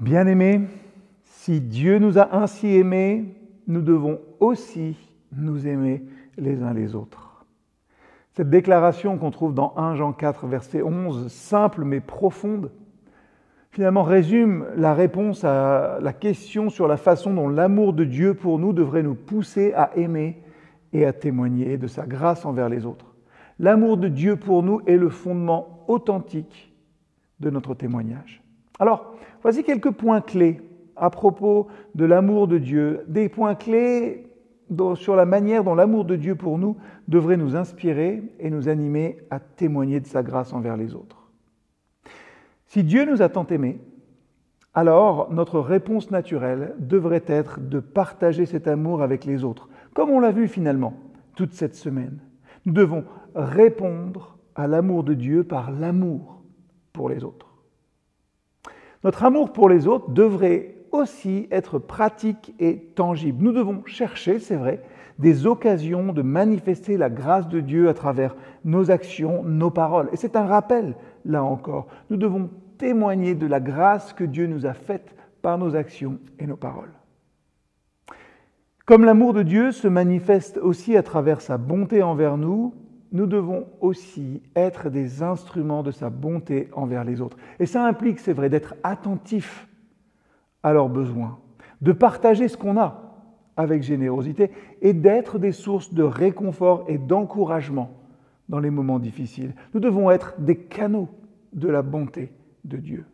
Bien-aimés, si Dieu nous a ainsi aimés, nous devons aussi nous aimer les uns les autres. Cette déclaration qu'on trouve dans 1 Jean 4, verset 11, simple mais profonde, finalement résume la réponse à la question sur la façon dont l'amour de Dieu pour nous devrait nous pousser à aimer et à témoigner de sa grâce envers les autres. L'amour de Dieu pour nous est le fondement authentique de notre témoignage. Alors, voici quelques points clés à propos de l'amour de Dieu, des points clés sur la manière dont l'amour de Dieu pour nous devrait nous inspirer et nous animer à témoigner de sa grâce envers les autres. Si Dieu nous a tant aimés, alors notre réponse naturelle devrait être de partager cet amour avec les autres, comme on l'a vu finalement toute cette semaine. Nous devons répondre à l'amour de Dieu par l'amour pour les autres. Notre amour pour les autres devrait aussi être pratique et tangible. Nous devons chercher, c'est vrai, des occasions de manifester la grâce de Dieu à travers nos actions, nos paroles. Et c'est un rappel, là encore. Nous devons témoigner de la grâce que Dieu nous a faite par nos actions et nos paroles. Comme l'amour de Dieu se manifeste aussi à travers sa bonté envers nous, nous devons aussi être des instruments de sa bonté envers les autres. Et ça implique, c'est vrai, d'être attentifs à leurs besoins, de partager ce qu'on a avec générosité et d'être des sources de réconfort et d'encouragement dans les moments difficiles. Nous devons être des canaux de la bonté de Dieu.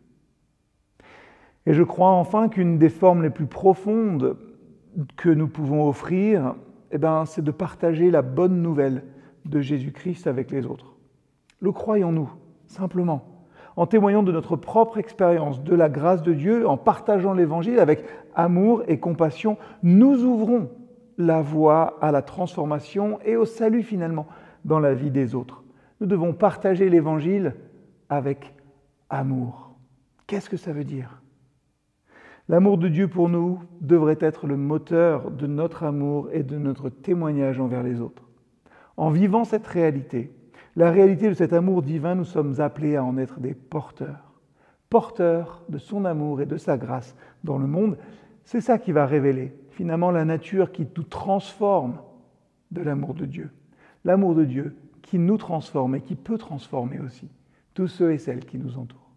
Et je crois enfin qu'une des formes les plus profondes que nous pouvons offrir, c'est de partager la bonne nouvelle de Jésus-Christ avec les autres. Le croyons-nous, simplement, en témoignant de notre propre expérience de la grâce de Dieu, en partageant l'Évangile avec amour et compassion, nous ouvrons la voie à la transformation et au salut finalement dans la vie des autres. Nous devons partager l'Évangile avec amour. Qu'est-ce que ça veut dire ? L'amour de Dieu pour nous devrait être le moteur de notre amour et de notre témoignage envers les autres. En vivant cette réalité, la réalité de cet amour divin, nous sommes appelés à en être des porteurs. Porteurs de son amour et de sa grâce dans le monde. C'est ça qui va révéler finalement la nature qui nous transforme de l'amour de Dieu. L'amour de Dieu qui nous transforme et qui peut transformer aussi tous ceux et celles qui nous entourent.